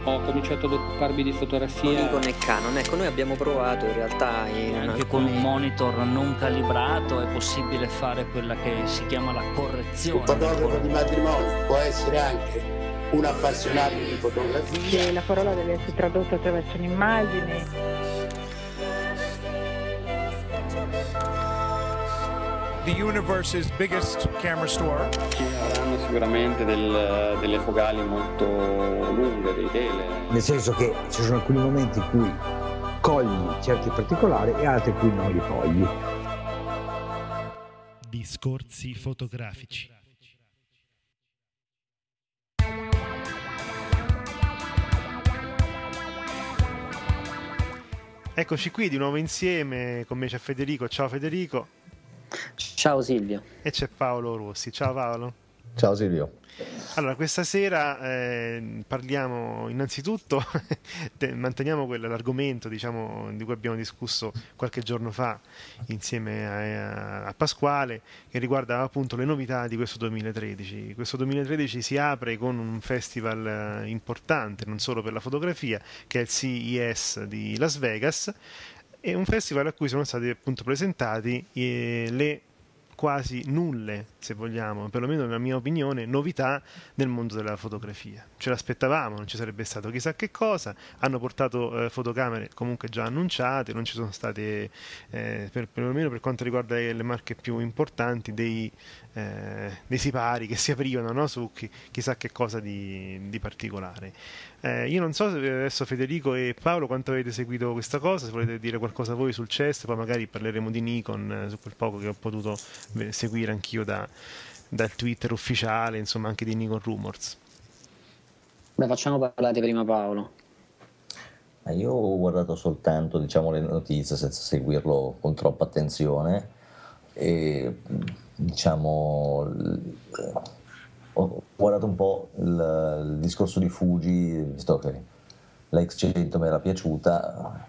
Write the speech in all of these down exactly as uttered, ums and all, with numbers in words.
ho cominciato ad occuparmi di fotografia. Nikon e Canon, ecco, noi abbiamo provato in realtà in anche alcuni... con un monitor non calibrato è possibile fare quella che si chiama la correzione. Un fotografo di matrimonio può essere anche un appassionato di fotografia. E la parola deve essere tradotta attraverso un'immagine. The universe's biggest camera store. Ci avranno sicuramente del, delle focali molto lunghe, dei tele. Nel senso che ci sono alcuni momenti in cui cogli certi particolari e altri in cui non li cogli. Discorsi fotografici. Eccoci qui di nuovo insieme, con me c'è Federico. Ciao Federico. Ciao Silvio. E c'è Paolo Rossi. Ciao Paolo. Ciao Silvio. Allora, questa sera eh, parliamo innanzitutto, manteniamo quel, l'argomento diciamo, di cui abbiamo discusso qualche giorno fa insieme a, a Pasquale, che riguarda appunto le novità di questo duemilatredici. Questo duemilatredici si apre con un festival importante, non solo per la fotografia, che è il C E S di Las Vegas, e un festival a cui sono stati appunto presentati eh, le quasi nulle, se vogliamo, perlomeno nella mia opinione, novità nel mondo della fotografia. Ce l'aspettavamo, non ci sarebbe stato chissà che cosa, hanno portato eh, fotocamere comunque già annunciate, non ci sono state, eh, per, perlomeno per quanto riguarda le marche più importanti, dei, eh, dei sipari che si aprivano, no? Su chi, chissà che cosa di, di particolare. Eh, io non so se adesso Federico e Paolo quanto avete seguito questa cosa, se volete dire qualcosa voi sul C E S, poi magari parleremo di Nikon, eh, su quel poco che ho potuto seguire anch'io da, dal Twitter ufficiale, insomma anche di Nikon Rumors. Beh, facciamo parlare prima Paolo. Io ho guardato soltanto diciamo, le notizie senza seguirlo con troppa attenzione e diciamo ho guardato un po' il, il discorso di Fuji, visto che la X cento mi era piaciuta.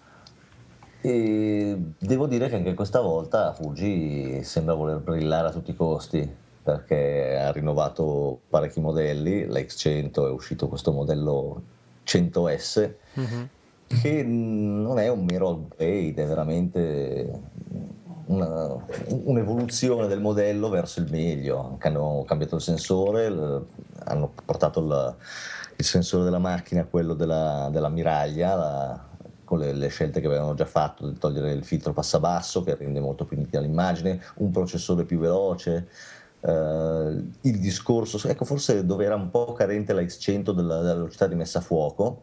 E devo dire che anche questa volta Fuji sembra voler brillare a tutti i costi, perché ha rinnovato parecchi modelli. La X cento è uscito questo modello cento S, mm-hmm. che non è un mero upgrade, è veramente una, un'evoluzione del modello verso il meglio. Hanno cambiato il sensore, hanno portato il, il sensore della macchina a quello della, della miraglia, la, con le, le scelte che avevano già fatto di togliere il filtro passabasso che rende molto più nitida l'immagine, un processore più veloce, eh, il discorso, ecco forse dove era un po' carente la X cento della, della velocità di messa a fuoco,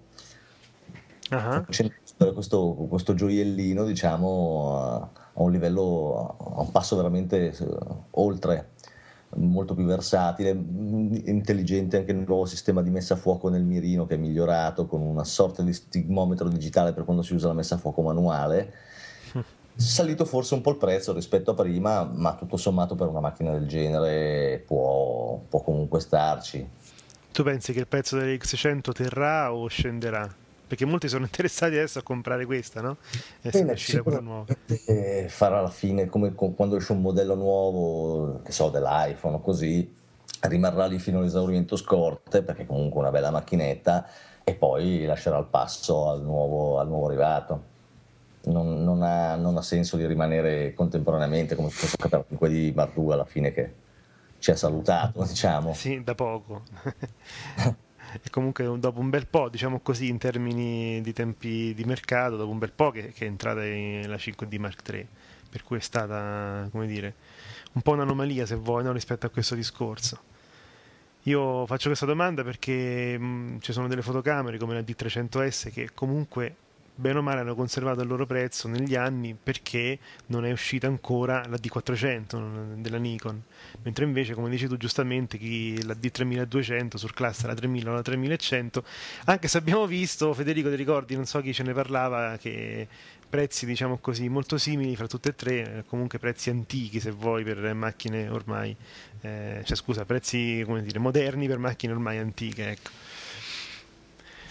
uh-huh. questo, questo gioiellino diciamo a, a un livello, a un passo veramente oltre, molto più versatile, intelligente anche il nuovo sistema di messa a fuoco nel mirino che è migliorato con una sorta di stigmometro digitale per quando si usa la messa a fuoco manuale. Salito forse un po' il prezzo rispetto a prima, ma tutto sommato per una macchina del genere può, può comunque starci. Tu pensi che il prezzo delle X cento terrà o scenderà? Perché molti sono interessati adesso a comprare questa, no? E se uscire quella nuova. Farà alla fine come quando esce un modello nuovo, che so, dell'iPhone o così, rimarrà lì fino all'esaurimento scorte, perché comunque è una bella macchinetta, e poi lascerà il passo al nuovo, al nuovo arrivato. Non, non, ha, non ha senso di rimanere contemporaneamente, come se fosse comunque di Mardu alla fine che ci ha salutato, diciamo. Sì, da poco. E comunque dopo un bel po', diciamo così, in termini di tempi di mercato, dopo un bel po' che, che è entrata in, la cinque D Mark tre, per cui è stata, come dire, un po' un'anomalia se vuoi, no, rispetto a questo discorso. Io faccio questa domanda perché mh, ci sono delle fotocamere come la D trecento S che comunque bene o male hanno conservato il loro prezzo negli anni perché non è uscita ancora la D quattrocento della Nikon, mentre invece, come dici tu giustamente, chi la D tremiladuecento surclassa la tremila o la tremilacento, anche se abbiamo visto, Federico ti ricordi, non so chi ce ne parlava, che prezzi diciamo così molto simili fra tutte e tre, comunque prezzi antichi se vuoi per macchine ormai eh, cioè scusa prezzi come dire moderni per macchine ormai antiche, ecco.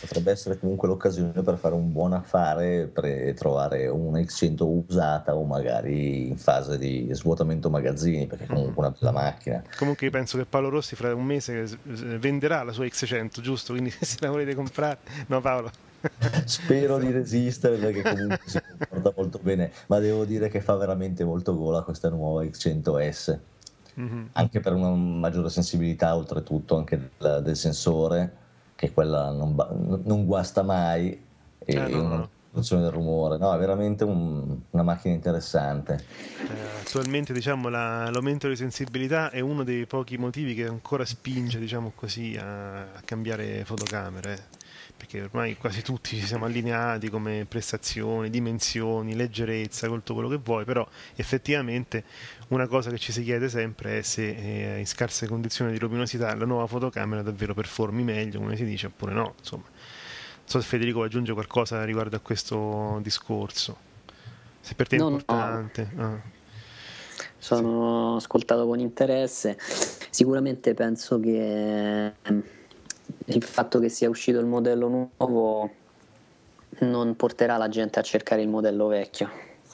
potrebbe essere comunque l'occasione per fare un buon affare, per trovare una X cento usata o magari in fase di svuotamento magazzini, perché comunque una bella macchina. Comunque io penso che Paolo Rossi fra un mese venderà la sua X cento, giusto? Quindi se la volete comprare, no Paolo? Spero di resistere, perché comunque si comporta molto bene, ma devo dire che fa veramente molto gola questa nuova X cento S, mm-hmm. anche per una maggiore sensibilità oltretutto anche del, del sensore, che quella non, non guasta mai, e eh, no, una no. riduzione del rumore. No, è veramente un, una macchina interessante. Eh, attualmente diciamo la, l'aumento di sensibilità è uno dei pochi motivi che ancora spinge, diciamo così, a, a cambiare fotocamere, perché ormai quasi tutti ci siamo allineati come prestazioni, dimensioni, leggerezza, tutto quello che vuoi, però effettivamente una cosa che ci si chiede sempre è se eh, in scarse condizioni di luminosità la nuova fotocamera davvero performi meglio, come si dice, oppure no. Insomma, non so se Federico aggiunge qualcosa riguardo a questo discorso, se per te è no, importante. No. Ah. Sono sì. ascoltato con interesse. Sicuramente penso che il fatto che sia uscito il modello nuovo non porterà la gente a cercare il modello vecchio,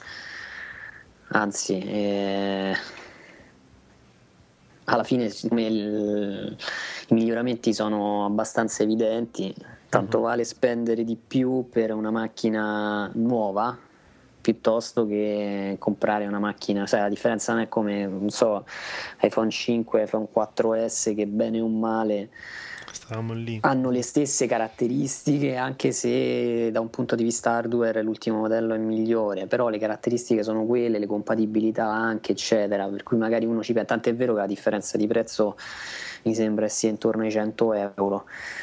anzi eh, alla fine il, i miglioramenti sono abbastanza evidenti, tanto vale spendere di più per una macchina nuova piuttosto che comprare una macchina, sai, la differenza non è come, non so, iPhone cinque, iPhone quattro S, che bene o male stavamo lì, hanno le stesse caratteristiche, anche se da un punto di vista hardware l'ultimo modello è migliore, però le caratteristiche sono quelle, le compatibilità anche, eccetera, per cui magari uno ci pensa. Tanto è vero che la differenza di prezzo mi sembra sia intorno ai cento euro.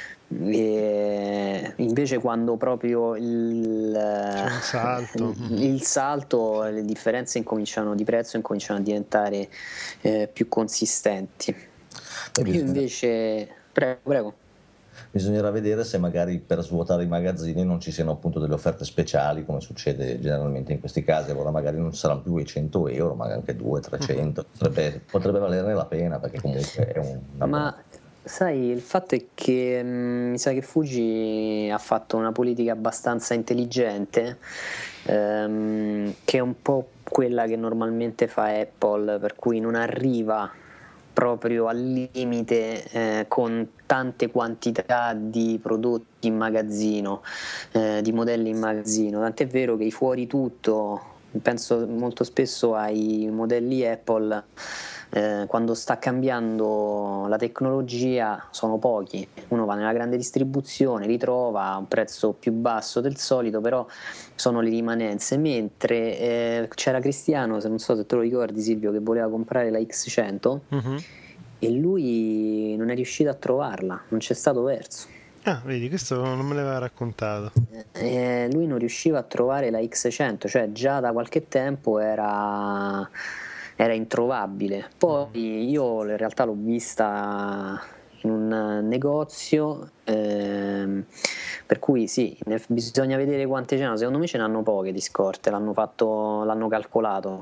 E invece quando proprio il, c'è un salto. il, il salto, le differenze incominciano di prezzo incominciano a diventare eh, più consistenti. Io invece prego, prego. Bisognerà vedere se magari per svuotare i magazzini non ci siano appunto delle offerte speciali, come succede generalmente in questi casi. Allora magari non saranno più i cento euro, ma anche duecento trecento. Potrebbe, potrebbe valerne la pena, perché comunque è un, una ma buona... Sai, il fatto è che mh, mi sa che Fuji ha fatto una politica abbastanza intelligente, ehm, che è un po' quella che normalmente fa Apple, per cui non arriva proprio al limite eh, con tante quantità di prodotti in magazzino, eh, di modelli in magazzino. Tant'è vero che i fuori tutto, penso molto spesso ai modelli Apple, Eh, quando sta cambiando la tecnologia sono pochi, uno va nella grande distribuzione, li trova a un prezzo più basso del solito, però sono le rimanenze, mentre eh, c'era Cristiano, se non so se te lo ricordi Silvio, che voleva comprare la X cento, uh-huh. e lui non è riuscito a trovarla, non c'è stato verso. Ah, vedi, questo non me l'aveva raccontato. Eh, lui non riusciva a trovare la X cento, cioè già da qualche tempo era... era introvabile. Poi io in realtà l'ho vista in un negozio, ehm, per cui sì, ne, bisogna vedere quante ce n'hanno. Secondo me ce n'hanno poche di scorte, l'hanno fatto, l'hanno calcolato.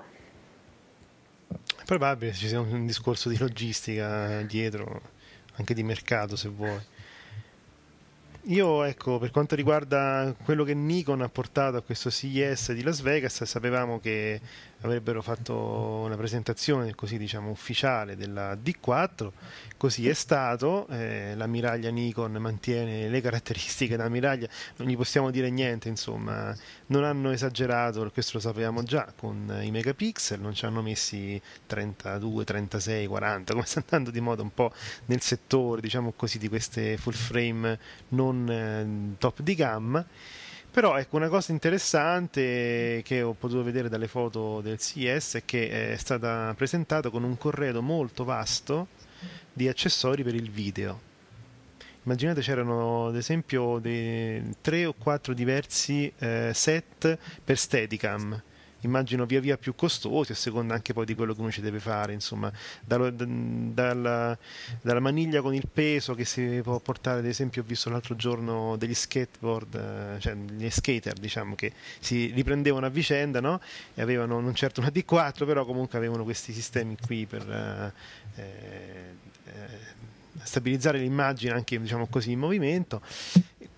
È probabile ci sia un discorso di logistica dietro, anche di mercato se vuoi. Io, ecco, per quanto riguarda quello che Nikon ha portato a questo C E S di Las Vegas, sapevamo che avrebbero fatto una presentazione così, diciamo, ufficiale della D quattro, così è stato. Eh, l'ammiraglia Nikon mantiene le caratteristiche dell'ammiraglia, non gli possiamo dire niente, insomma, non hanno esagerato, questo lo sapevamo già, con i megapixel, non ci hanno messi trentadue, trentasei, quaranta, come sta andando di moda un po' nel settore, diciamo così, di queste full frame non eh, top di gamma. Però ecco, una cosa interessante che ho potuto vedere dalle foto del C E S è che è stata presentata con un corredo molto vasto di accessori per il video. Immaginate, c'erano ad esempio dei tre o quattro diversi eh, set per Steadicam, immagino via via più costosi a seconda anche poi di quello che uno ci deve fare, insomma, dalla, dalla, dalla maniglia con il peso che si può portare. Ad esempio ho visto l'altro giorno degli skateboard, cioè gli skater, diciamo, che si riprendevano a vicenda, no? E avevano non certo una D quattro, però comunque avevano questi sistemi qui per eh, eh, stabilizzare l'immagine anche, diciamo così, in movimento.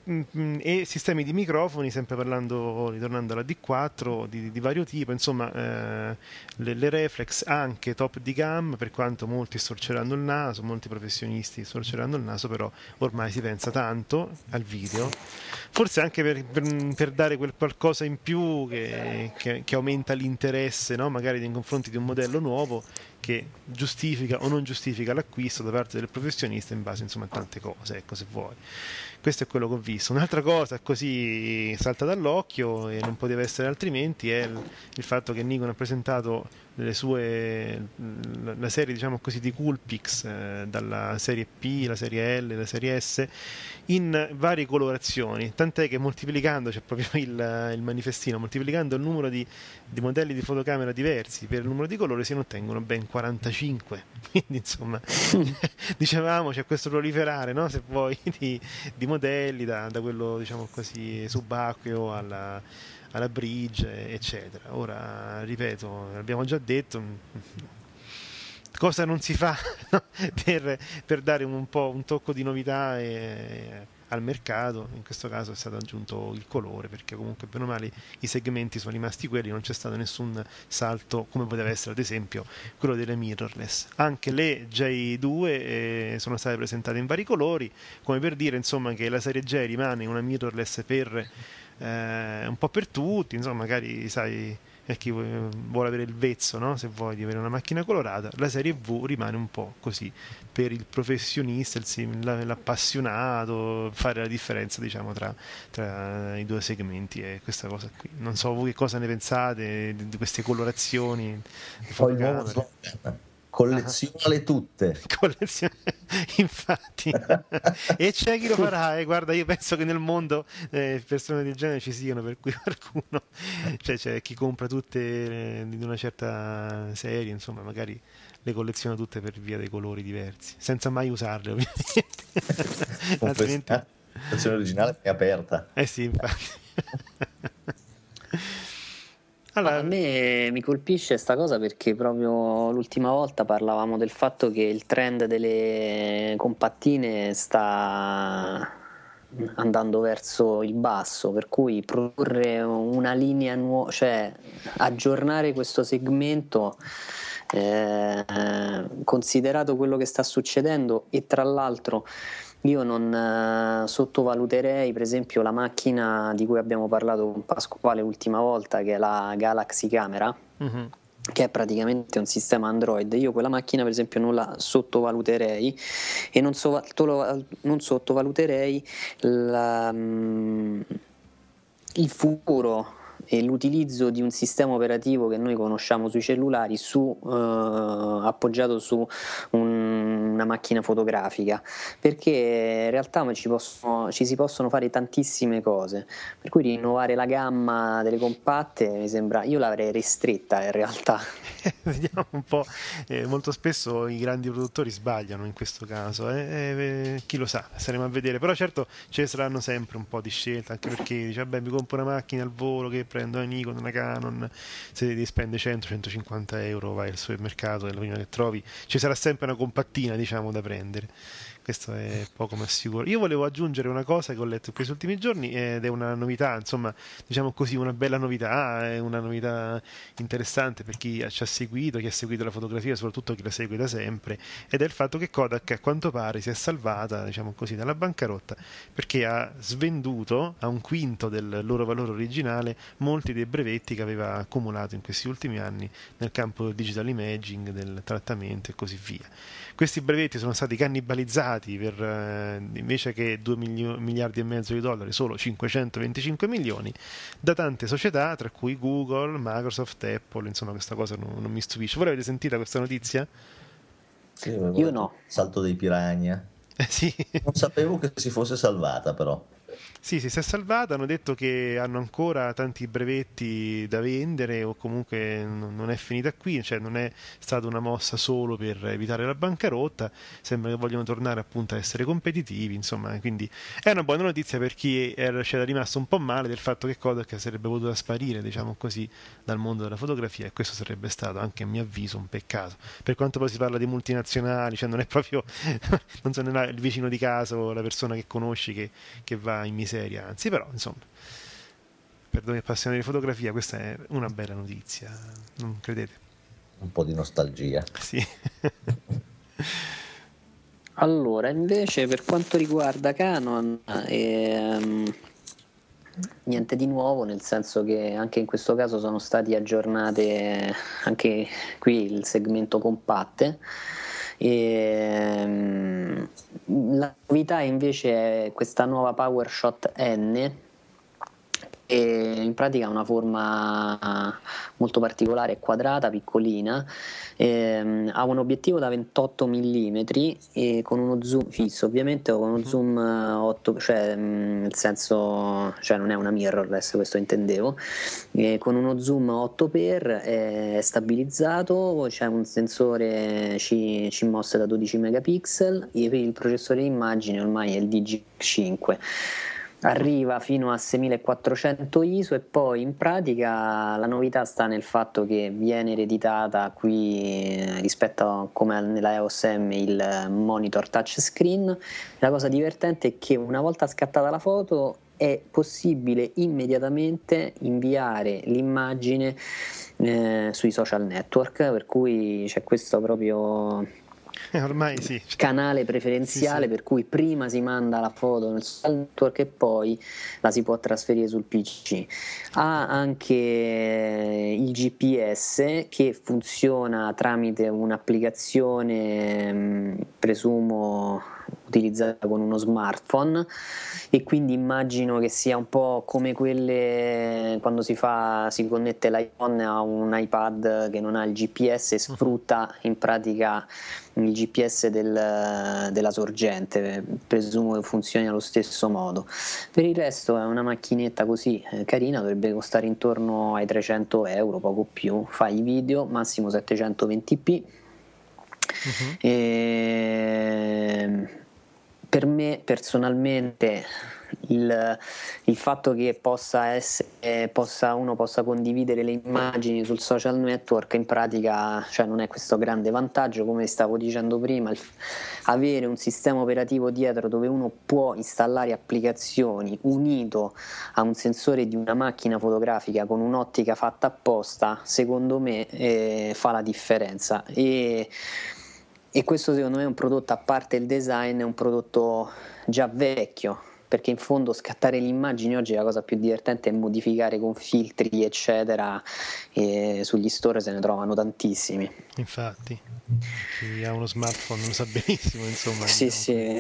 e sistemi di microfoni, sempre parlando, ritornando alla D quattro, di, di vario tipo, insomma, eh, le, le reflex anche top di gamma, per quanto molti storceranno il naso, molti professionisti storceranno il naso, però ormai si pensa tanto al video, forse anche per, per, per dare quel qualcosa in più che, che, che aumenta l'interesse, no? Magari nei confronti di un modello nuovo, che giustifica o non giustifica l'acquisto da parte del professionista in base, insomma, a tante cose, ecco, se vuoi. Questo è quello che ho visto. Un'altra cosa così salta dall'occhio e non poteva essere altrimenti è il, il fatto che Nikon ha presentato le sue la, la serie, diciamo così, di Coolpix, eh, dalla serie P, la serie L, la serie S, in varie colorazioni, tant'è che moltiplicando, c'è proprio il, il manifestino, moltiplicando il numero di, di modelli di fotocamera diversi per il numero di colori si ottengono ben quarantacinque. Quindi insomma dicevamo c'è questo proliferare, no? Se vuoi, di, di modelli da, da quello, diciamo così, subacqueo alla, alla bridge, eccetera. Ora, ripeto, l'abbiamo già detto, cosa non si fa, no? per, per dare un po' un tocco di novità e, al mercato. In questo caso è stato aggiunto il colore, perché comunque bene o male i segmenti sono rimasti quelli, non c'è stato nessun salto come poteva essere ad esempio quello delle mirrorless. Anche le J due eh, sono state presentate in vari colori, come per dire, insomma, che la serie J rimane una mirrorless per eh, un po' per tutti, insomma, magari sai, e chi vuole avere il vezzo, no? Se vuoi, di avere una macchina colorata. La serie V rimane un po' così per il professionista, il, l'appassionato, fare la differenza, diciamo, tra, tra i due segmenti e questa cosa qui. Non so voi che cosa ne pensate di, di queste colorazioni di fotocamere. Collezionale tutte. Collezione... Infatti. E c'è chi lo farà, eh? Guarda, io penso che nel mondo eh, persone del genere ci siano, per cui qualcuno, cioè c'è chi compra tutte eh, di una certa serie, insomma, magari le colleziona tutte per via dei colori diversi, senza mai usarle, ovviamente. Altrimenti... La versione originale è aperta. Eh sì, infatti. Allora, a me mi colpisce sta cosa perché proprio l'ultima volta parlavamo del fatto che il trend delle compattine sta andando verso il basso, per cui produrre una linea nuova, cioè aggiornare questo segmento, eh, considerato quello che sta succedendo, e tra l'altro io non uh, sottovaluterei per esempio la macchina di cui abbiamo parlato con Pasquale l'ultima volta, che è la Galaxy Camera, mm-hmm. che è praticamente un sistema Android. Io quella macchina per esempio non la sottovaluterei, e non, so, non sottovaluterei la, um, il futuro e l'utilizzo di un sistema operativo che noi conosciamo sui cellulari su, eh, appoggiato su un, una macchina fotografica, perché in realtà ci, possono, ci si possono fare tantissime cose, per cui rinnovare la gamma delle compatte mi sembra, io l'avrei ristretta in realtà. Vediamo un po', eh, molto spesso i grandi produttori sbagliano in questo caso, eh? Eh, chi lo sa, staremo a vedere, però certo ce ne saranno sempre un po' di scelta, anche perché dice vabbè, mi compro una macchina al volo, che prendo una Nikon, una Canon, se devi spendere cento centocinquanta euro vai al supermercato e la prima che trovi ci sarà sempre una compattina, diciamo, da prendere. Questo è poco ma sicuro. Io volevo aggiungere una cosa che ho letto in questi ultimi giorni ed è una novità, insomma, diciamo così, una bella novità, è una novità interessante per chi ci ha seguito, chi ha seguito la fotografia, soprattutto chi la segue da sempre, ed è il fatto che Kodak a quanto pare si è salvata, diciamo così, dalla bancarotta, perché ha svenduto a un quinto del loro valore originale molti dei brevetti che aveva accumulato in questi ultimi anni nel campo del digital imaging, del trattamento e così via. Questi brevetti sono stati cannibalizzati per eh, invece che due miliardi e mezzo di dollari, solo cinquecentoventicinque milioni, da tante società, tra cui Google, Microsoft, Apple. Insomma, questa cosa non, non mi stupisce. Voi l'avete sentita questa notizia? Sì, io no. Salto dei Piranha. Eh, sì. Non sapevo che si fosse salvata, però. Sì, sì, si è salvata, hanno detto che hanno ancora tanti brevetti da vendere, o comunque non è finita qui, cioè non è stata una mossa solo per evitare la bancarotta, sembra che vogliono tornare appunto a essere competitivi, insomma, quindi è una buona notizia per chi era, c'era rimasto un po' male del fatto che Kodak sarebbe potuta sparire, diciamo così, dal mondo della fotografia, e questo sarebbe stato anche a mio avviso un peccato. Per quanto poi si parla di multinazionali, cioè non è proprio non so, non è il vicino di casa o la persona che conosci che, che va in miseria, anzi, però insomma, per noi appassionati di fotografia questa è una bella notizia, non credete? Un po' di nostalgia. Sì. Allora, invece, per quanto riguarda Canon, ehm, niente di nuovo, nel senso che anche in questo caso sono stati aggiornate anche qui il segmento compatte. E, la novità invece è questa nuova PowerShot N, e in pratica ha una forma molto particolare, è quadrata, piccolina, ehm, ha un obiettivo da ventotto millimetri e con uno zoom fisso, ovviamente, o con uno zoom otto, cioè nel senso, cioè non è una mirrorless, questo intendevo, e con uno zoom otto x è stabilizzato, c'è un sensore C, C M O S da dodici megapixel e il processore di immagine ormai è il D G cinque. Arriva fino a seimilaquattrocento I S O e poi in pratica la novità sta nel fatto che viene ereditata qui rispetto a come nella E O S M il monitor touchscreen. La cosa divertente è che una volta scattata la foto è possibile immediatamente inviare l'immagine eh, sui social network, per cui c'è questo proprio ormai sì, canale preferenziale, sì, sì. Per cui prima si manda la foto nel social network e poi la si può trasferire sul P C. Ha anche il G P S che funziona tramite un'applicazione, presumo utilizzata con uno smartphone, e quindi immagino che sia un po' come quelle quando si fa si connette l'iPhone a un iPad che non ha il G P S e sfrutta in pratica il G P S del, della sorgente. Presumo che funzioni allo stesso modo. Per il resto è una macchinetta così eh, carina, dovrebbe costare intorno ai trecento euro, poco più, fa i video massimo settecentoventi p. Uh-huh. E per me personalmente il, il fatto che possa essere possa, uno possa condividere le immagini sul social network in pratica, cioè non è questo grande vantaggio, come stavo dicendo prima, il, avere un sistema operativo dietro dove uno può installare applicazioni unito a un sensore di una macchina fotografica con un'ottica fatta apposta, secondo me eh, fa la differenza. E E questo secondo me è un prodotto, a parte il design, è un prodotto già vecchio, perché in fondo scattare le immagini oggi la cosa più divertente è modificare con filtri eccetera, e sugli store se ne trovano tantissimi. Infatti, chi ha uno smartphone lo sa benissimo, insomma. Sì, sì.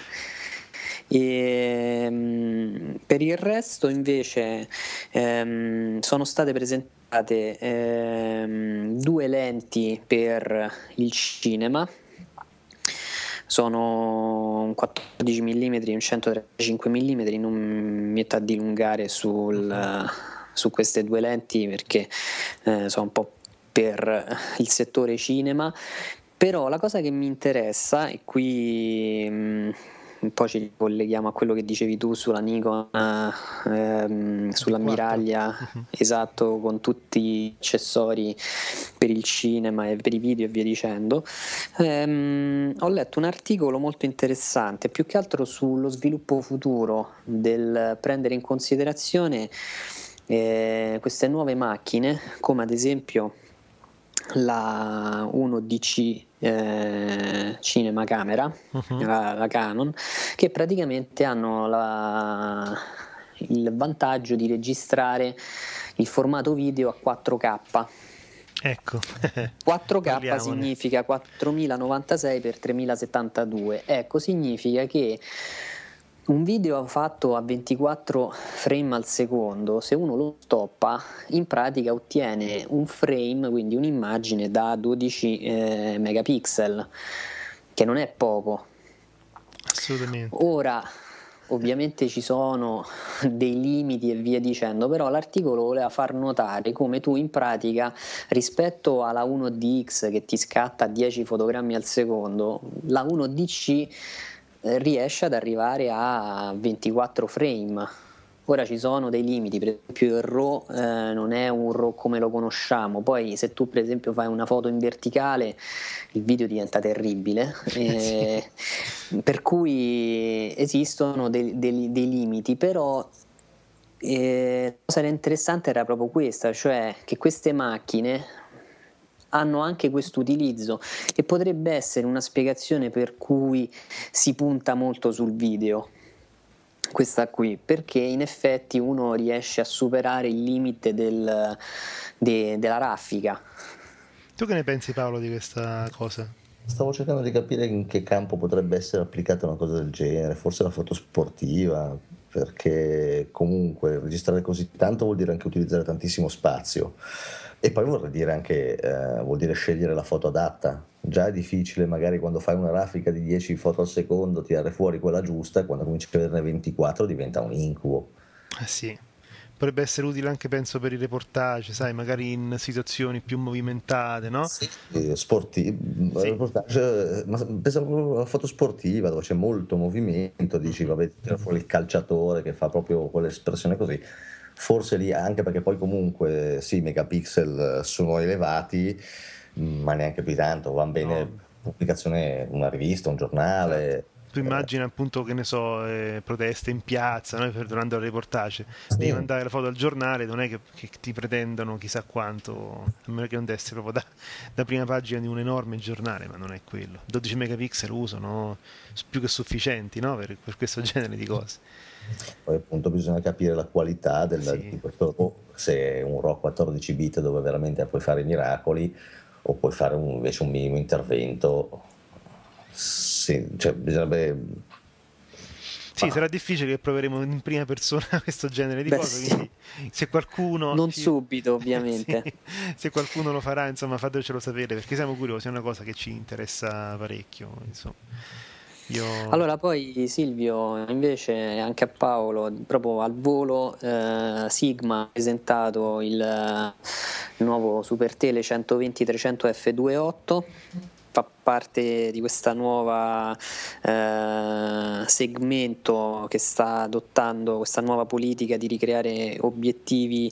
E, um, per il resto invece um, sono state presentate um, due lenti per il cinema. Sono un quattordici millimetri e un centotrentacinque millimetri. Non mi metto a dilungare sul, su queste due lenti perché eh, sono un po' per il settore cinema, però la cosa che mi interessa, e qui mh, un po' ci colleghiamo a quello che dicevi tu sulla Nikon, ehm, sull'ammiraglia, uh-huh. Esatto, con tutti gli accessori per il cinema e per i video e via dicendo. Ehm, ho letto un articolo molto interessante, più che altro sullo sviluppo futuro del prendere in considerazione eh, queste nuove macchine, come ad esempio la uno D C eh, cinema camera, uh-huh. la, la Canon, che praticamente hanno la, il vantaggio di registrare il formato video a quattro K. Ecco. quattro K significa quattromilanovantasei per tremilasettantadue. Ecco, significa che un video fatto a ventiquattro frame al secondo, se uno lo stoppa, in pratica ottiene un frame, quindi un'immagine da dodici eh, megapixel, che non è poco. Assolutamente. Ora, ovviamente ci sono dei limiti e via dicendo, però l'articolo voleva far notare come tu in pratica rispetto alla uno D X che ti scatta dieci fotogrammi al secondo, la uno D C riesce ad arrivare a ventiquattro frame Ora ci sono dei limiti, per esempio il RAW eh, non è un RAW come lo conosciamo, poi se tu per esempio fai una foto in verticale il video diventa terribile, eh, sì. Per cui esistono dei, dei, dei limiti, però eh, la cosa interessante era proprio questa, cioè che queste macchine hanno anche questo utilizzo e potrebbe essere una spiegazione per cui si punta molto sul video. Questa qui, perché in effetti uno riesce a superare il limite del, de, della raffica. Tu che ne pensi, Paolo, di questa cosa? Stavo cercando di capire in che campo potrebbe essere applicata una cosa del genere, forse la foto sportiva, perché comunque registrare così tanto vuol dire anche utilizzare tantissimo spazio. E poi vorrei dire anche, eh, vuol dire scegliere la foto adatta. Già è difficile magari quando fai una raffica di dieci foto al secondo tirare fuori quella giusta, e quando cominci a vederne ventiquattro diventa un incubo. Eh sì, potrebbe essere utile anche penso per i reportage, sai, magari in situazioni più movimentate, no? Sì, sportivi, sì. Reportage, ma pensa proprio alla foto sportiva dove c'è molto movimento, dici vabbè, tira fuori il calciatore che fa proprio quell'espressione così. Forse lì, anche perché poi comunque sì, i megapixel sono elevati, ma neanche più tanto, va bene no. Pubblicazione, una rivista, un giornale. Tu immagini appunto, che ne so, eh, proteste in piazza, no? Durante il reportage, sì. Devi mandare la foto al giornale, non è che, che ti pretendano chissà quanto, a meno che non dessi proprio da, da prima pagina di un enorme giornale, ma non è quello. dodici megapixel usano più che sufficienti, no? per, per questo genere di cose. Poi appunto bisogna capire la qualità del, sì. di questo, se è un RAW quattordici bit dove veramente puoi fare i miracoli o puoi fare un, invece un minimo intervento. Sì, cioè bisognerebbe... Sì, ah. sarà difficile che proveremo in prima persona questo genere di Beh, cose, sì. quindi se qualcuno... Non ci... subito, ovviamente. sì, se qualcuno lo farà, insomma, fatecelo sapere, perché siamo curiosi, è una cosa che ci interessa parecchio, insomma. Io... Allora poi Silvio, invece anche a Paolo, proprio al volo, eh, Sigma ha presentato il, il nuovo Super Tele centoventi trecento effe ventotto, fa parte di questa nuova eh, segmento che sta adottando questa nuova politica di ricreare obiettivi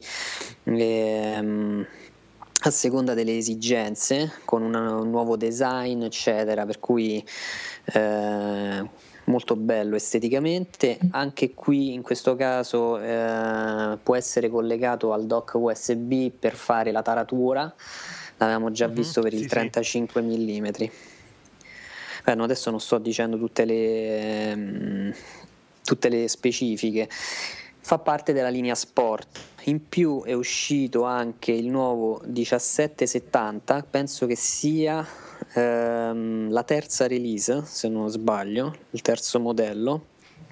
ehm, a seconda delle esigenze, con una, un nuovo design eccetera, per cui eh, molto bello esteticamente. Anche qui in questo caso eh, può essere collegato al dock U S B per fare la taratura, l'avevamo già mm-hmm, visto per sì, il trentacinque millimetri. Beh, no, adesso non sto dicendo tutte le, mh, tutte le specifiche. Fa parte della linea Sport. In più è uscito anche il nuovo diciassette settanta, penso che sia ehm, la terza release, se non sbaglio, il terzo modello.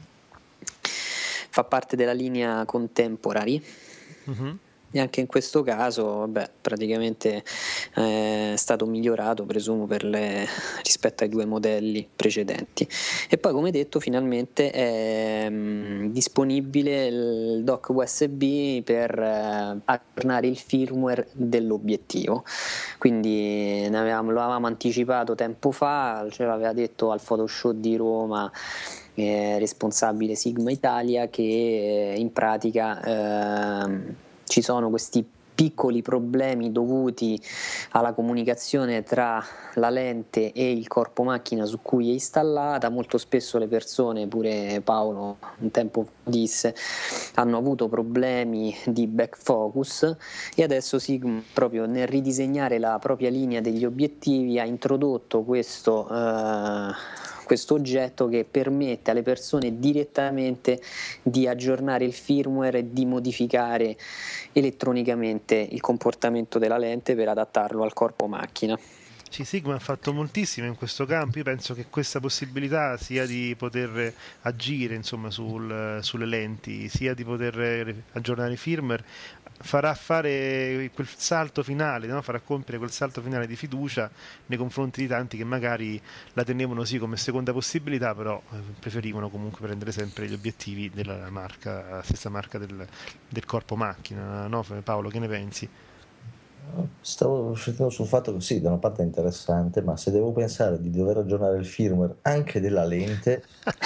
Fa parte della linea Contemporary. Mm-hmm. E anche in questo caso, vabbè, praticamente eh, è stato migliorato, presumo, per le, rispetto ai due modelli precedenti. E poi, come detto, finalmente è mh, disponibile il dock U S B per eh, aggiornare il firmware dell'obiettivo. Quindi ne avevamo, lo avevamo anticipato tempo fa, ce l'aveva detto al Photoshow di Roma eh, responsabile Sigma Italia, che eh, in pratica eh, ci sono questi piccoli problemi dovuti alla comunicazione tra la lente e il corpo macchina su cui è installata. Molto spesso le persone, pure Paolo un tempo disse, hanno avuto problemi di back focus, e adesso Sigma, proprio nel ridisegnare la propria linea degli obiettivi, ha introdotto questo eh, questo oggetto che permette alle persone direttamente di aggiornare il firmware e di modificare elettronicamente il comportamento della lente per adattarlo al corpo macchina. Sì, Sigma ha fatto moltissimo in questo campo. Io penso che questa possibilità sia di poter agire, insomma, sul, sulle lenti, sia di poter aggiornare i firmware, farà fare quel salto finale, no? Farà compiere quel salto finale di fiducia nei confronti di tanti che magari la tenevano sì come seconda possibilità, però preferivano comunque prendere sempre gli obiettivi della marca, la stessa marca del, del corpo macchina, no? Paolo, che ne pensi? Stavo riflettendo sul fatto che sì, da una parte è interessante, ma se devo pensare di dover aggiornare il firmware anche della lente,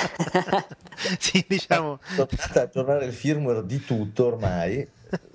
sì, diciamo, aggiornare il firmware di tutto ormai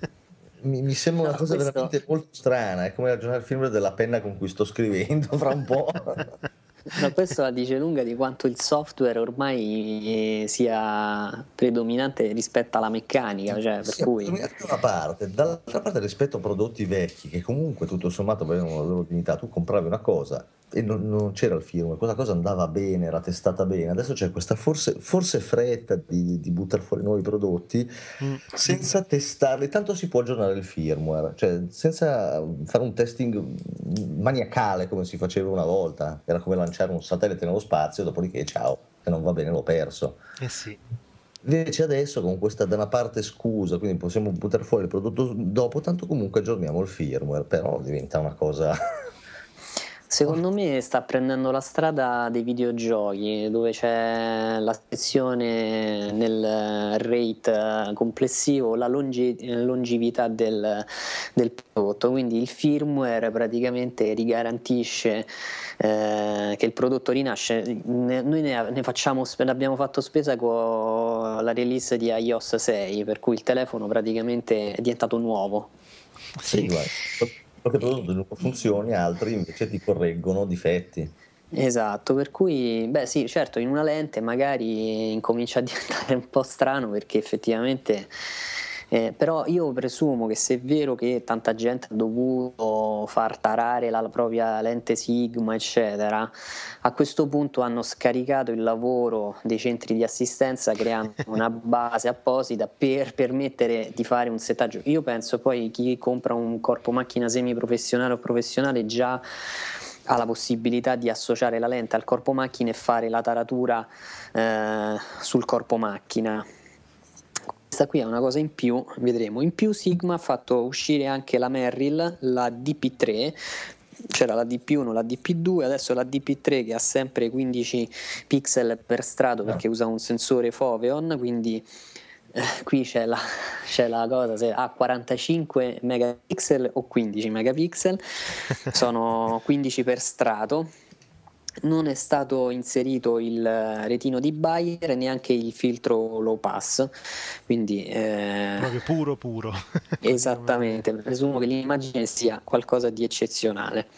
mi, mi sembra una No, cosa questo- veramente molto strana. È come aggiornare il firmware della penna con cui sto scrivendo fra un po'. No, questo la dice lunga di quanto il software ormai eh, sia predominante rispetto alla meccanica, cioè, per Sì, cui da una parte, dall'altra parte rispetto a prodotti vecchi che comunque tutto sommato avevano la loro dignità, tu compravi una cosa e non, non c'era il firmware, quella cosa andava bene, era testata bene, adesso c'è questa forse, forse fretta di, di buttare fuori nuovi prodotti mm, senza testarli, tanto si può aggiornare il firmware, cioè senza fare un testing maniacale come si faceva una volta, era come lanciare un satellite nello spazio, dopodiché ciao, se non va bene l'ho perso. eh sì. Invece adesso con questa da una parte scusa, quindi possiamo buttare fuori il prodotto dopo, tanto comunque aggiorniamo il firmware, però diventa una cosa... secondo me sta prendendo la strada dei videogiochi, dove c'è la sezione nel rate complessivo, la longe- longevità del, del prodotto, quindi il firmware praticamente rigarantisce eh, che il prodotto rinasce. Ne- noi ne, ne facciamo, spe- ne abbiamo fatto spesa con la release di iOS sei, per cui il telefono praticamente è diventato nuovo. Sì, guarda, qualche prodotto non funzioni, altri invece ti correggono difetti. Esatto, per cui, beh sì, certo, in una lente magari incomincia a diventare un po' strano, perché effettivamente, eh, però io presumo che se è vero che tanta gente ha dovuto far tarare la propria lente Sigma, eccetera, a questo punto hanno scaricato il lavoro dei centri di assistenza creando una base apposita per permettere di fare un settaggio. Io penso poi chi compra un corpo macchina semiprofessionale o professionale già ha la possibilità di associare la lente al corpo macchina e fare la taratura eh, sul corpo macchina. Questa qui è una cosa in più, vedremo. In più Sigma ha fatto uscire anche la Merrill, la D P tre, c'era la D P uno, la D P due, adesso la D P tre che ha sempre quindici pixel per strato perché usa un sensore Foveon, quindi eh, qui c'è la, c'è la cosa se ha quarantacinque megapixel o quindici megapixel, sono quindici per strato. Non è stato inserito il retino di Bayer e neanche il filtro low pass, quindi eh, Proprio puro puro. esattamente, presumo che l'immagine sia qualcosa di eccezionale.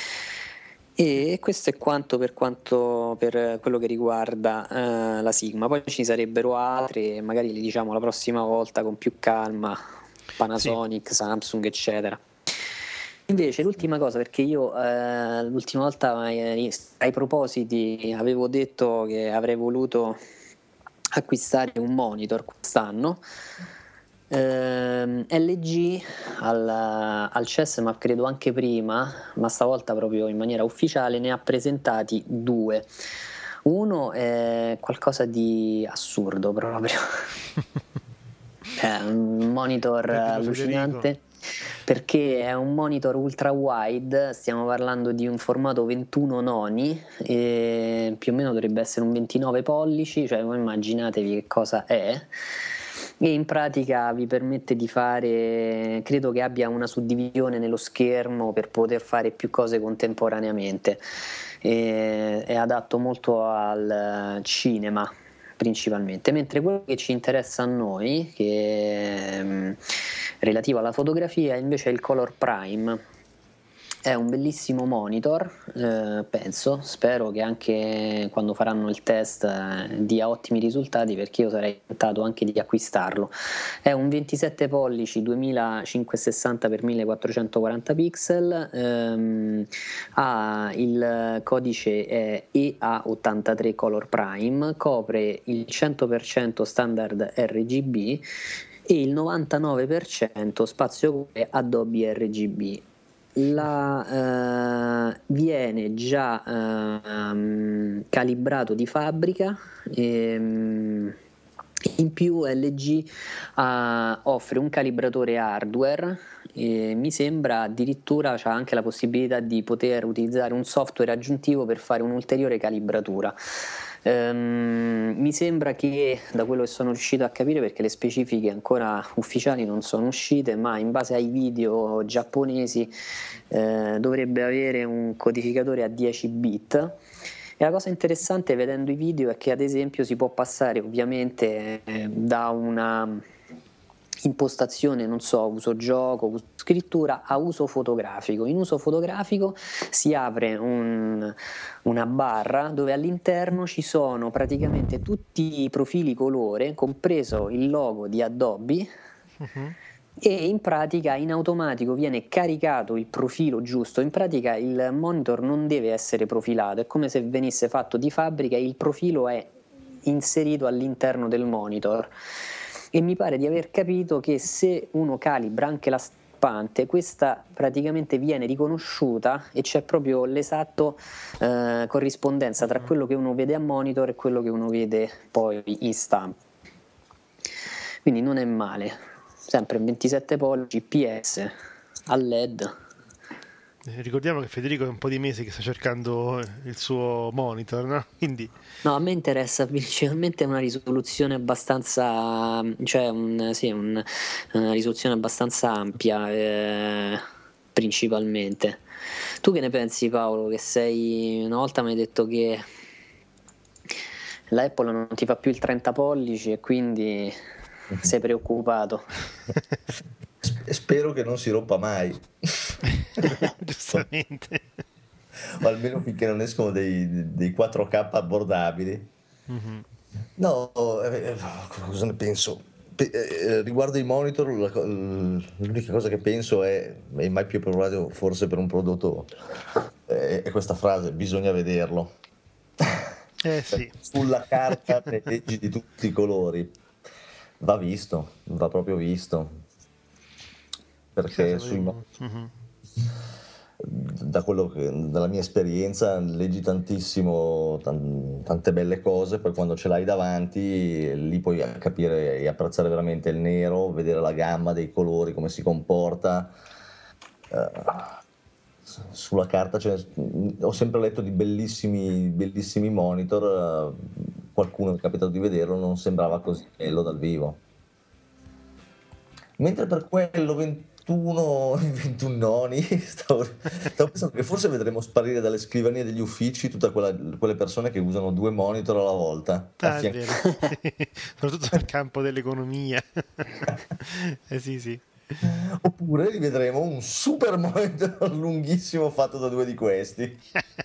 E questo è quanto per quanto per quello che riguarda eh, la Sigma. Poi ci sarebbero altre, magari li diciamo la prossima volta con più calma, Panasonic, sì. Samsung, eccetera. Invece l'ultima cosa, perché io eh, l'ultima volta ai, ai propositi avevo detto che avrei voluto acquistare un monitor quest'anno, eh, L G al, al C E S, ma credo anche prima, ma stavolta proprio in maniera ufficiale, ne ha presentati due. Uno è qualcosa di assurdo proprio, è un monitor allucinante. Perché è un monitor ultra wide, stiamo parlando di un formato ventuno noni, e più o meno dovrebbe essere un ventinove pollici, cioè voi immaginatevi che cosa è, e in pratica vi permette di fare, credo che abbia una suddivisione nello schermo per poter fare più cose contemporaneamente, e è adatto molto al cinema principalmente, mentre quello che ci interessa a noi, che è relativo alla fotografia, invece è il Color Prime. È un bellissimo monitor, eh, penso, spero che anche quando faranno il test eh, dia ottimi risultati, perché io sarei tentato anche di acquistarlo. È un ventisette pollici duemilacinquecentosessanta per millequattrocentoquaranta pixel, ehm, ha il codice è E A ottantatré Color Prime, copre il cento per cento standard R G B e il novantanove per cento spazio Adobe R G B. La, eh, viene già eh, calibrato di fabbrica e, in più L G eh, offre un calibratore hardware e mi sembra addirittura c'ha anche la possibilità di poter utilizzare un software aggiuntivo per fare un'ulteriore calibratura. Ehm, mi sembra che, da quello che sono riuscito a capire, perché le specifiche ancora ufficiali non sono uscite, ma in base ai video giapponesi eh, dovrebbe avere un codificatore a dieci bit. E la cosa interessante vedendo i video è che ad esempio si può passare ovviamente eh, da una impostazione, non so, uso gioco, uso scrittura, a uso fotografico. In uso fotografico si apre un, una barra dove all'interno ci sono praticamente tutti i profili colore, compreso il logo di Adobe, uh-huh. E in pratica in automatico viene caricato il profilo giusto. In pratica il monitor non deve essere profilato, è come se venisse fatto di fabbrica e il profilo è inserito all'interno del monitor. E mi pare di aver capito che se uno calibra anche la stampante, questa praticamente viene riconosciuta e c'è proprio l'esatto eh, corrispondenza tra quello che uno vede a monitor e quello che uno vede poi in stampa. Quindi non è male, sempre ventisette pollici, I P S, a L E D. Eh, ricordiamo che Federico è un po' di mesi che sta cercando il suo monitor, no? Quindi... No, a me interessa principalmente una risoluzione abbastanza, cioè un, sì, un, una risoluzione abbastanza ampia, eh, principalmente. Tu che ne pensi, Paolo? Che sei, una volta mi hai detto che la Apple non ti fa più il trenta pollici e quindi sei preoccupato. Spero che non si rompa mai. Giustamente. O almeno finché non escono dei, dei quattro K abbordabili. Mm-hmm. No, eh, cosa ne penso? Pe- eh, riguardo i monitor, la, l'unica cosa che penso è, e mai più provato forse per un prodotto, eh, è questa frase: bisogna vederlo. Eh sì. Sulla carta ne leggi di tutti i colori. Va visto, va proprio visto. Perché sui uh-huh. da quello che, dalla mia esperienza leggi tantissimo, t- tante belle cose, poi quando ce l'hai davanti lì puoi capire e apprezzare veramente il nero, vedere la gamma dei colori, come si comporta. Uh, sulla carta cioè, ho sempre letto di bellissimi bellissimi monitor, uh, qualcuno è capitato di vederlo, non sembrava così bello dal vivo, mentre per quello ventuno ventuno noni stavo, stavo pensando che forse vedremo sparire dalle scrivanie degli uffici tutte quelle persone che usano due monitor alla volta, ah, è vero. Soprattutto nel campo dell'economia. Eh sì sì. Oppure rivedremo un super monitor lunghissimo fatto da due di questi.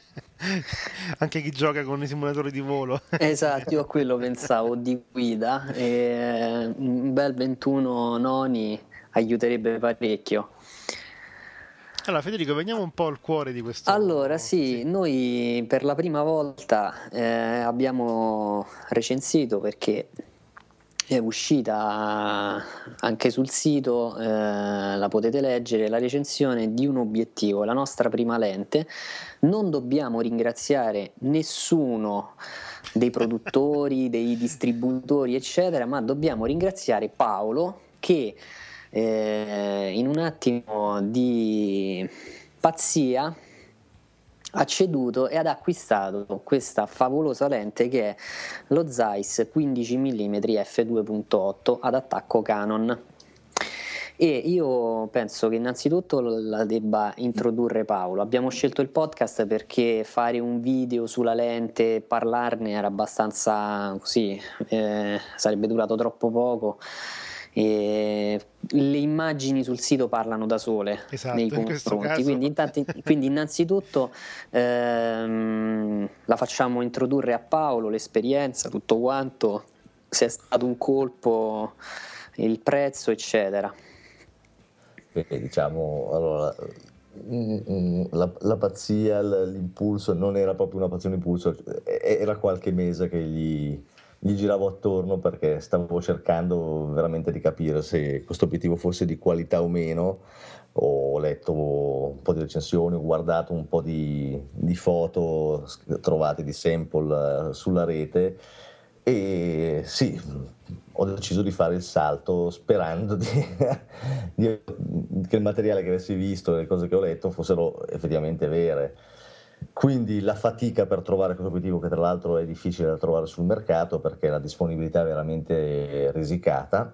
Anche chi gioca con i simulatori di volo. Esatto, io a quello pensavo di guida, e un bel ventuno noni aiuterebbe parecchio. Allora Federico, veniamo un po' al cuore di questo. Allora sì, noi per la prima volta eh, abbiamo recensito, perché è uscita anche sul sito, eh, la potete leggere, la recensione di un obiettivo, la nostra prima lente. Non dobbiamo ringraziare nessuno dei produttori, dei distributori eccetera, ma dobbiamo ringraziare Paolo che eh, in un attimo di pazzia ha ceduto e ha acquistato questa favolosa lente che è lo Zeiss quindici millimetri effe due punto otto ad attacco Canon. E io penso che innanzitutto la debba introdurre Paolo. Abbiamo scelto il podcast perché fare un video sulla lente e parlarne era abbastanza così, eh, sarebbe durato troppo poco. E le immagini sul sito parlano da sole, esatto, nei in questo confronti, caso. quindi, intanto, quindi innanzitutto ehm, la facciamo introdurre a Paolo, l'esperienza, tutto quanto, se è stato un colpo, il prezzo eccetera. Quindi, diciamo, allora, la, la pazzia, l'impulso non era proprio una pazzia, un impulso, era qualche mese che gli gli giravo attorno perché stavo cercando veramente di capire se questo obiettivo fosse di qualità o meno. Ho letto un po' di recensioni, ho guardato un po' di, di foto trovate di sample sulla rete e sì, ho deciso di fare il salto sperando di, di, che il materiale che avessi visto e le cose che ho letto fossero effettivamente vere. Quindi la fatica per trovare questo obiettivo, che tra l'altro è difficile da trovare sul mercato perché la disponibilità è veramente risicata,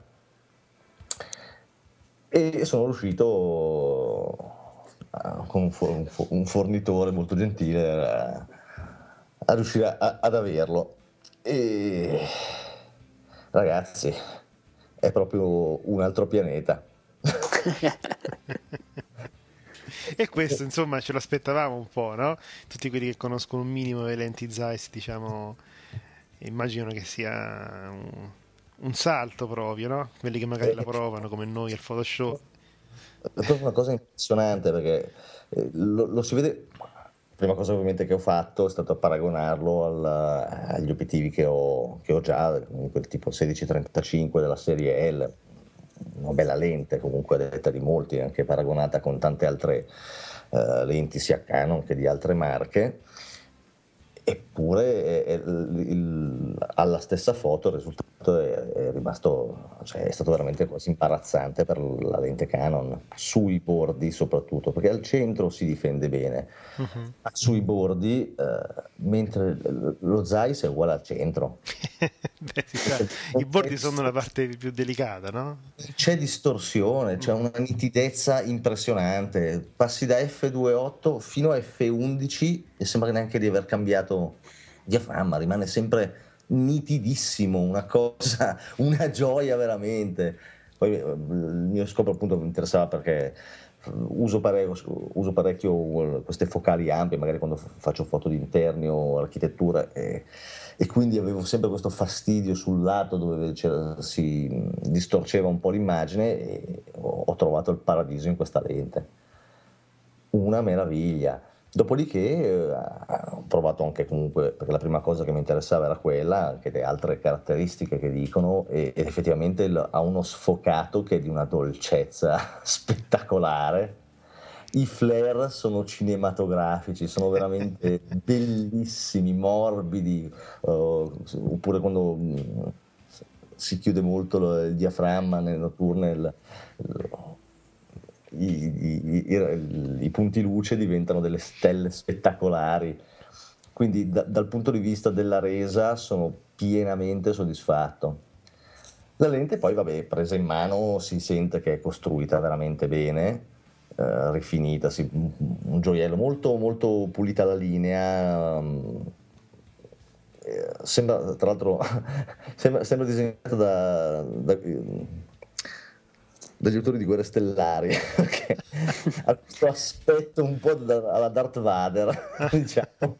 e sono riuscito a, con un, un fornitore molto gentile a, a riuscire a, ad averlo. E ragazzi, è proprio un altro pianeta. E questo insomma ce lo aspettavamo un po', no? Tutti quelli che conoscono un minimo le lenti Zeiss, diciamo, immaginano che sia un, un salto proprio, no? Quelli che magari la provano come noi al Photoshop. È proprio una cosa impressionante, perché lo, lo si vede. La prima cosa ovviamente che ho fatto è stato paragonarlo al, agli obiettivi che ho, che ho già, quel tipo sedici trentacinque della serie L, una bella lente comunque, a detta di molti, anche paragonata con tante altre uh, lenti sia Canon che di altre marche, eppure è, è, il, alla stessa foto il risultato è, è rimasto, cioè è stato veramente quasi imbarazzante per la lente Canon, sui bordi soprattutto, perché al centro si difende bene, uh-huh. ma sui bordi, eh, mentre lo Zeiss è uguale al centro. Beh, sì, i bordi sono la parte più delicata, no? C'è distorsione, c'è una nitidezza impressionante, passi da effe due virgola otto fino a effe undici e sembra neanche di aver cambiato diaframma, rimane sempre nitidissimo, una cosa, una gioia veramente. Poi il mio scopo appunto mi interessava perché uso parecchio, uso parecchio queste focali ampie, magari quando faccio foto di interni o architettura, e, e quindi avevo sempre questo fastidio sul lato dove si distorceva un po' l'immagine, e ho trovato il paradiso in questa lente, una meraviglia. Dopodiché eh, ho provato anche comunque, perché la prima cosa che mi interessava era quella, anche le altre caratteristiche che dicono, e, ed effettivamente il, ha uno sfocato che è di una dolcezza spettacolare. I flare sono cinematografici, sono veramente bellissimi, morbidi, uh, oppure quando mh, si chiude molto il diaframma nel notturne, il, il, I, i, i, i punti luce diventano delle stelle spettacolari, quindi da, dal punto di vista della resa sono pienamente soddisfatto. La lente poi, vabbè, presa in mano si sente che è costruita veramente bene, eh, rifinita, si, un gioiello molto molto pulita la linea, um, eh, sembra tra l'altro sembra, sembra disegnato da, da dagli autori di Guerre Stellari, perché ha questo aspetto un po' da, alla Darth Vader, diciamo.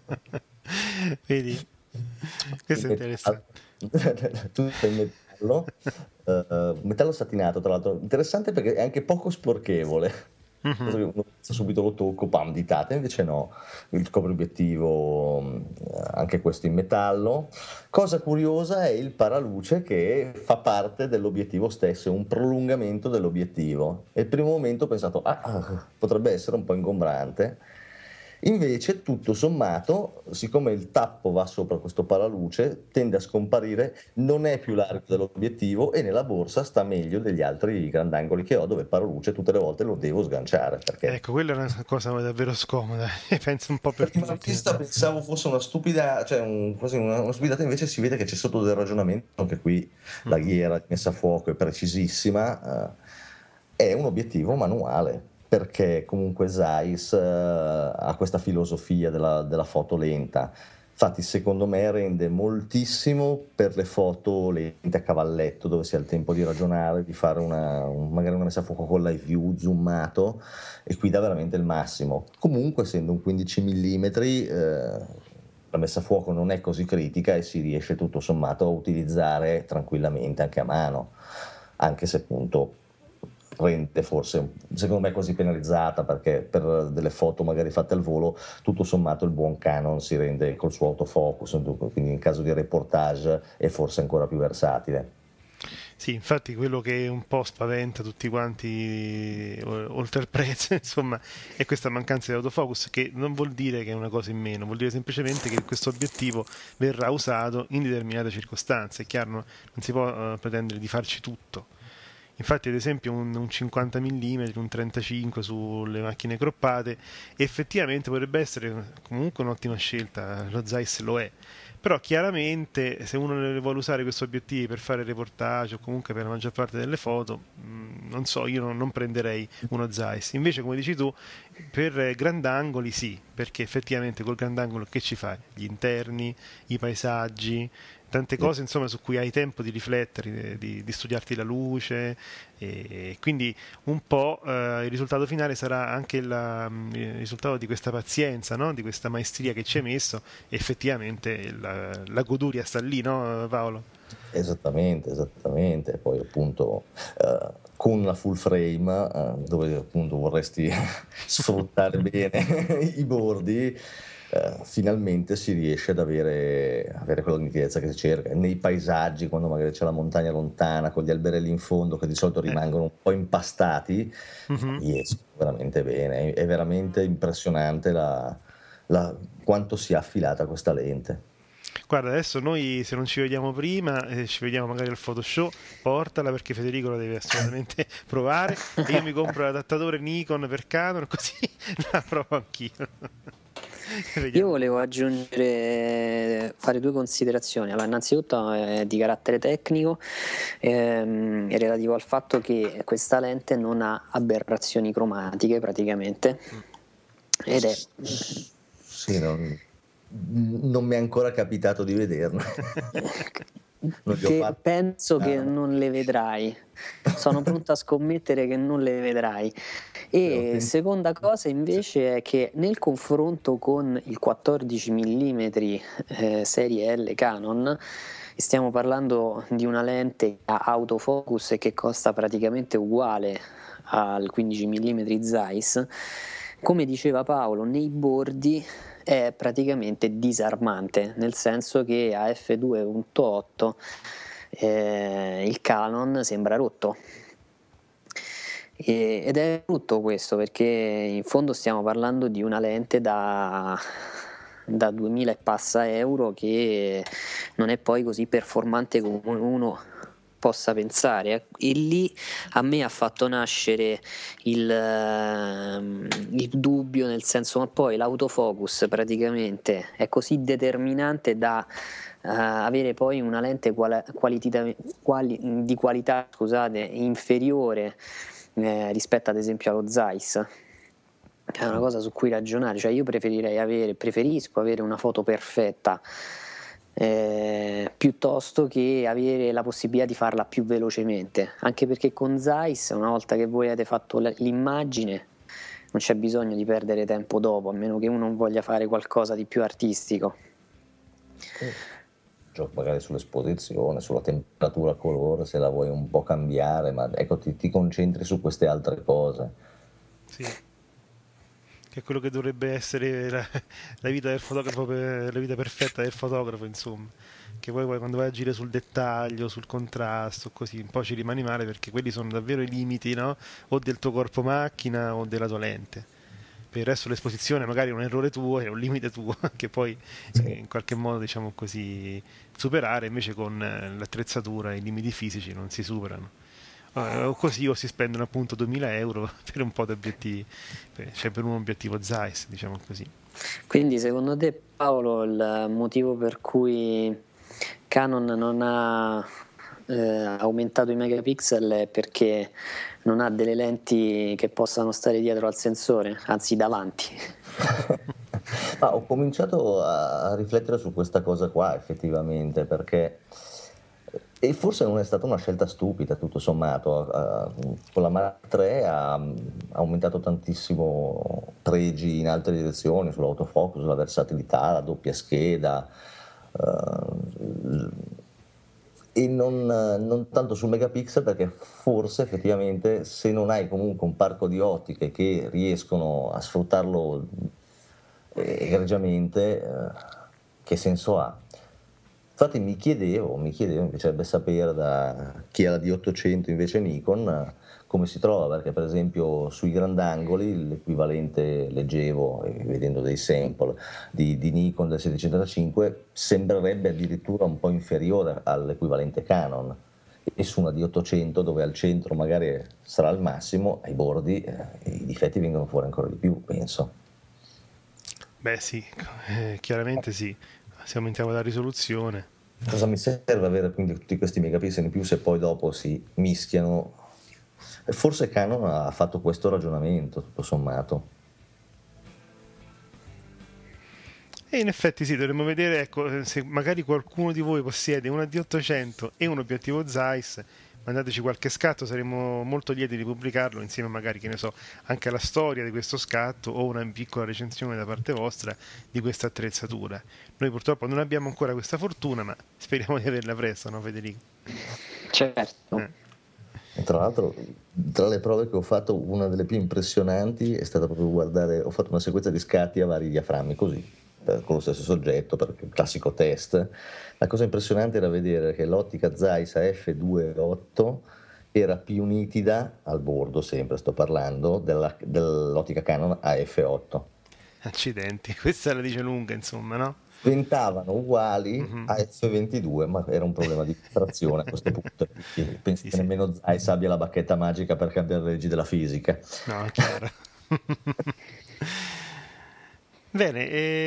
Vedi, questo è interessante. Tutto in metallo, uh, metallo satinato, tra l'altro interessante perché è anche poco sporchevole. Uh-huh. Uno subito lo tocco, pam, ditate, invece no, il copriobiettivo anche questo in metallo. Cosa curiosa è il paraluce, che fa parte dell'obiettivo stesso, è un prolungamento dell'obiettivo, e il primo momento ho pensato ah, potrebbe essere un po' ingombrante. Invece tutto sommato, siccome il tappo va sopra questo paraluce, tende a scomparire, non è più largo dell'obiettivo e nella borsa sta meglio degli altri grandangoli che ho, dove il paraluce tutte le volte lo devo sganciare. Perché... Ecco, quella è una cosa davvero scomoda, penso un po' per tutti. L'artista pensavo fosse una stupida, cioè un, quasi una, una stupidata, invece si vede che c'è sotto del ragionamento, anche qui la ghiera messa a fuoco è precisissima, uh, è un obiettivo manuale, perché comunque Zeiss uh, ha questa filosofia della, della foto lenta. Infatti secondo me rende moltissimo per le foto lente a cavalletto, dove si ha il tempo di ragionare, di fare una, un, magari una messa a fuoco con live view zoomato, e qui dà veramente il massimo. Comunque essendo un quindici millimetri eh, la messa a fuoco non è così critica e si riesce tutto sommato a utilizzare tranquillamente anche a mano, anche se appunto rende forse, secondo me, quasi penalizzata, perché per delle foto magari fatte al volo tutto sommato il buon Canon si rende col suo autofocus, quindi in caso di reportage è forse ancora più versatile. Sì, infatti quello che un po' spaventa tutti quanti oltre al prezzo, insomma, è questa mancanza di autofocus, che non vuol dire che è una cosa in meno, vuol dire semplicemente che questo obiettivo verrà usato in determinate circostanze. È chiaro, non si può uh, pretendere di farci tutto. Infatti ad esempio un, un cinquanta millimetri, un trentacinque sulle macchine croppate effettivamente potrebbe essere comunque un'ottima scelta, lo Zeiss lo è, però chiaramente se uno vuole usare questi obiettivi per fare reportage o comunque per la maggior parte delle foto, mh, non so, io non, non prenderei uno Zeiss. Invece come dici tu, per grandangoli sì, perché effettivamente col grandangolo che ci fai? Gli interni, i paesaggi, tante cose insomma su cui hai tempo di riflettere, di, di studiarti la luce, e quindi un po' eh, il risultato finale sarà anche la, il risultato di questa pazienza, no? Di questa maestria che ci hai messo, e effettivamente la, la goduria sta lì, no Paolo? Esattamente, esattamente, poi appunto eh, con la full frame eh, dove appunto vorresti sfruttare bene i bordi, Uh, finalmente si riesce ad avere, avere quella nitidezza che si cerca. Nei paesaggi, quando magari c'è la montagna lontana con gli alberelli in fondo che di solito rimangono un po' impastati, mm-hmm. riescono veramente bene. È veramente impressionante la, la, quanto sia affilata questa lente. Guarda, adesso noi se non ci vediamo prima, eh, ci vediamo magari al Photoshop, portala perché Federico la deve assolutamente provare, e io mi compro l'adattatore Nikon per Canon, così la provo anch'io. Io volevo aggiungere, fare due considerazioni. Allora, innanzitutto è di carattere tecnico, ehm, è relativo al fatto che questa lente non ha aberrazioni cromatiche praticamente, ed è sì, non, non mi è ancora capitato di vederlo. Che penso che non le vedrai, sono pronto a scommettere che non le vedrai. E seconda cosa invece è che nel confronto con il quattordici millimetri eh, serie L Canon, stiamo parlando di una lente a autofocus e che costa praticamente uguale al quindici millimetri Zeiss. Come diceva Paolo, nei bordi è praticamente disarmante, nel senso che a effe due punto otto eh, il Canon sembra rotto, e, ed è tutto questo perché in fondo stiamo parlando di una lente da, da duemila e passa euro che non è poi così performante come uno possa pensare, e lì a me ha fatto nascere il, il dubbio, nel senso, ma poi l'autofocus praticamente è così determinante da uh, avere poi una lente quali, qualità, quali, di qualità scusate, inferiore eh, rispetto ad esempio allo Zeiss. È una cosa su cui ragionare, cioè io preferirei avere, preferisco avere una foto perfetta Eh, piuttosto che avere la possibilità di farla più velocemente, anche perché con Zeiss una volta che voi avete fatto l'immagine non c'è bisogno di perdere tempo dopo, a meno che uno non voglia fare qualcosa di più artistico. Gioco magari sull'esposizione, sulla temperatura colore, se la vuoi un po' cambiare, ma ecco ti, ti concentri su queste altre cose. Sì, che è quello che dovrebbe essere la, la vita del fotografo, la vita perfetta del fotografo, insomma, che poi, poi quando vai a agire sul dettaglio, sul contrasto, così un po' ci rimani male, perché quelli sono davvero i limiti, no? O del tuo corpo macchina o della tua lente. Per il resto l'esposizione magari è un errore tuo, è un limite tuo che poi sì. in qualche modo, diciamo così, superare, invece con l'attrezzatura i limiti fisici non si superano. Uh, o così o si spendono appunto duemila euro per un po' di obiettivi, cioè per un obiettivo Zeiss, diciamo così. Quindi secondo te, Paolo, il motivo per cui Canon non ha eh, aumentato i megapixel è perché non ha delle lenti che possano stare dietro al sensore, anzi davanti? Ma ho cominciato a riflettere su questa cosa qua effettivamente, perché e forse non è stata una scelta stupida, tutto sommato. Uh, con la Mark tre ha, ha aumentato tantissimo pregi in altre direzioni, sull'autofocus, la versatilità, la doppia scheda, uh, e non, non tanto sul megapixel, perché forse effettivamente se non hai comunque un parco di ottiche che riescono a sfruttarlo egregiamente, uh, che senso ha? Infatti mi chiedevo, mi chiedevo, mi piacerebbe sapere da chi ha la D ottocento invece Nikon come si trova, perché per esempio sui grandangoli l'equivalente, leggevo vedendo dei sample di, di Nikon del settecentotrentacinque, sembrerebbe addirittura un po' inferiore all'equivalente Canon, e su una D ottocento dove al centro magari sarà il massimo, ai bordi eh, i difetti vengono fuori ancora di più, penso. Beh sì, eh, chiaramente sì, se aumentiamo la risoluzione. Cosa mi serve avere quindi tutti questi megapixel in più se poi dopo si mischiano? Forse Canon ha fatto questo ragionamento, tutto sommato. E in effetti sì, dovremmo vedere, ecco, se magari qualcuno di voi possiede una D ottocento e un obiettivo Zeiss, mandateci qualche scatto, saremo molto lieti di pubblicarlo insieme magari, che ne so, anche alla storia di questo scatto o una piccola recensione da parte vostra di questa attrezzatura. Noi purtroppo non abbiamo ancora questa fortuna, ma speriamo di averla presto, no Federico? Certo. Eh. E tra l'altro, tra le prove che ho fatto, una delle più impressionanti è stata proprio guardare, ho fatto una sequenza di scatti a vari diaframmi, così, con lo stesso soggetto, perché il classico test. La cosa impressionante era vedere che l'ottica Zeiss a effe due virgola otto era più nitida al bordo, sempre sto parlando, della, dell'ottica Canon a effe otto. Accidenti, questa la dice lunga, insomma, no? Diventavano uguali Mhm. a effe ventidue, ma era un problema di distrazione a questo punto. Penso Sì, che sì. nemmeno Zeiss abbia la bacchetta magica per cambiare le leggi della fisica. No, è chiaro. Bene,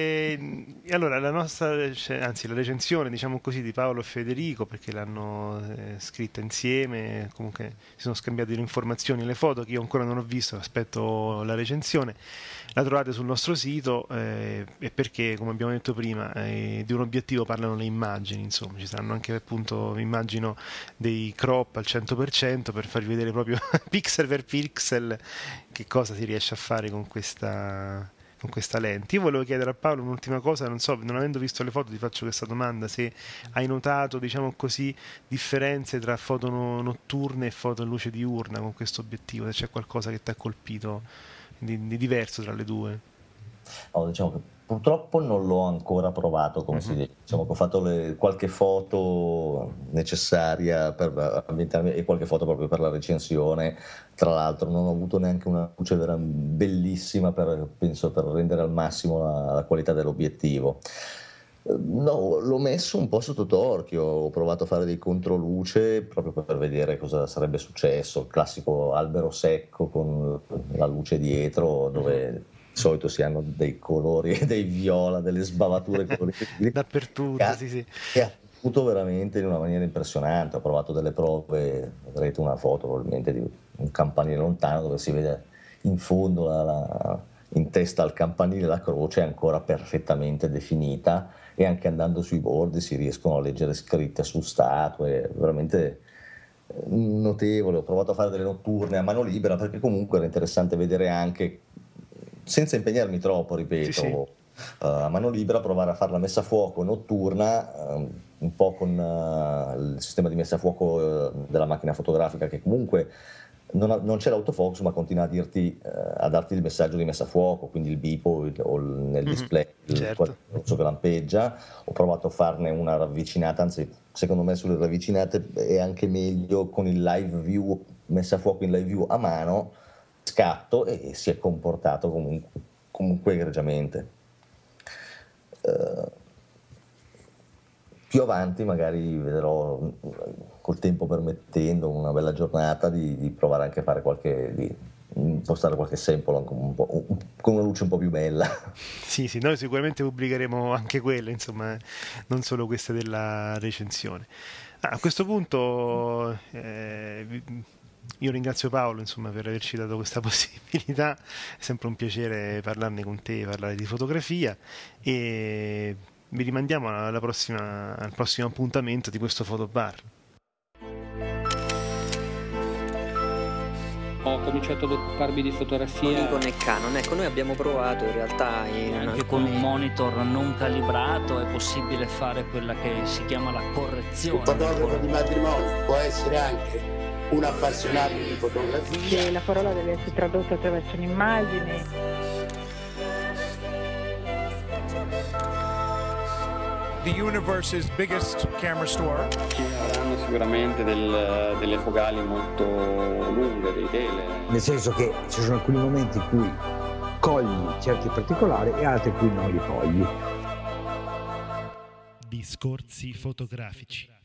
e, e allora la nostra, cioè, anzi la recensione, diciamo così, di Paolo e Federico, perché l'hanno eh, scritta insieme, comunque si sono scambiati le informazioni e le foto che io ancora non ho visto, aspetto la recensione, la trovate sul nostro sito eh, e perché, come abbiamo detto prima, eh, di un obiettivo parlano le immagini, insomma, ci saranno anche appunto, immagino, dei crop al cento per cento per farvi vedere proprio pixel per pixel che cosa si riesce a fare con questa... con questa lente. Io volevo chiedere a Paolo un'ultima cosa, non so, non avendo visto le foto ti faccio questa domanda, se hai notato, diciamo così, differenze tra foto no- notturne e foto in luce diurna con questo obiettivo, se c'è qualcosa che ti ha colpito di, di diverso tra le due. No, diciamo che purtroppo non l'ho ancora provato, come si dice. Diciamo che ho fatto le- qualche foto necessaria per ambientarmi e qualche foto proprio per la recensione. Tra l'altro non ho avuto neanche una luce vera bellissima per, penso, per rendere al massimo la, la qualità dell'obiettivo. Eh, No, l'ho messo un po' sotto torchio, ho provato a fare dei controluce proprio per vedere cosa sarebbe successo, il classico albero secco con la luce dietro, dove di solito si hanno dei colori, dei viola, delle sbavature colorite. Dappertutto, Che ha- sì, sì. che ha tutto veramente in una maniera impressionante. Ho provato delle prove, vedrete una foto probabilmente di un campanile lontano dove si vede in fondo la- la- in testa al campanile la croce ancora perfettamente definita, e anche andando sui bordi si riescono a leggere scritte su statue, veramente eh, notevole. Ho provato a fare delle notturne a mano libera perché comunque era interessante vedere anche, senza impegnarmi troppo, ripeto, Sì, sì. eh, a mano libera, provare a fare la messa a fuoco notturna, eh, un po' con eh, il sistema di messa a fuoco eh, della macchina fotografica, che comunque non, ha- non c'è l'autofocus, ma continua a dirti, eh, a darti il messaggio di messa a fuoco, quindi il bip o, il- o il- nel Mhm, display il certo. quadro rosso che lampeggia. Ho provato a farne una ravvicinata, anzi secondo me sulle ravvicinate è anche meglio con il live view, messa a fuoco in live view a mano, scatto, e, e si è comportato comunque, comunque egregiamente. Eh, più avanti magari vedrò, col tempo permettendo, una bella giornata, di, di provare anche a fare qualche, di impostare qualche sample anche un po', un- con una luce un po' più bella. Sì, sì, noi sicuramente pubblicheremo anche quelle, insomma, eh, non solo queste della recensione. Ah, a questo punto eh, vi- io ringrazio Paolo, insomma, per averci dato questa possibilità, è sempre un piacere parlarne con te, parlare di fotografia, e vi rimandiamo alla prossima, al prossimo appuntamento di questo fotobar. Ho cominciato ad occuparmi di fotografia. Nikon e Canon, ecco, noi abbiamo provato in realtà in Anche con un alcuni... monitor non calibrato è possibile fare quella che si chiama la correzione. Un fotografo di matrimonio può essere anche un appassionato di fotografia. E la parola deve essere tradotta attraverso un'immagine. The universe's biggest camera store. Ci avranno sicuramente del- delle focali molto lunghe, dei tele. Nel senso che ci sono alcuni momenti in cui cogli certi particolari e altri in cui non li cogli. Discorsi fotografici.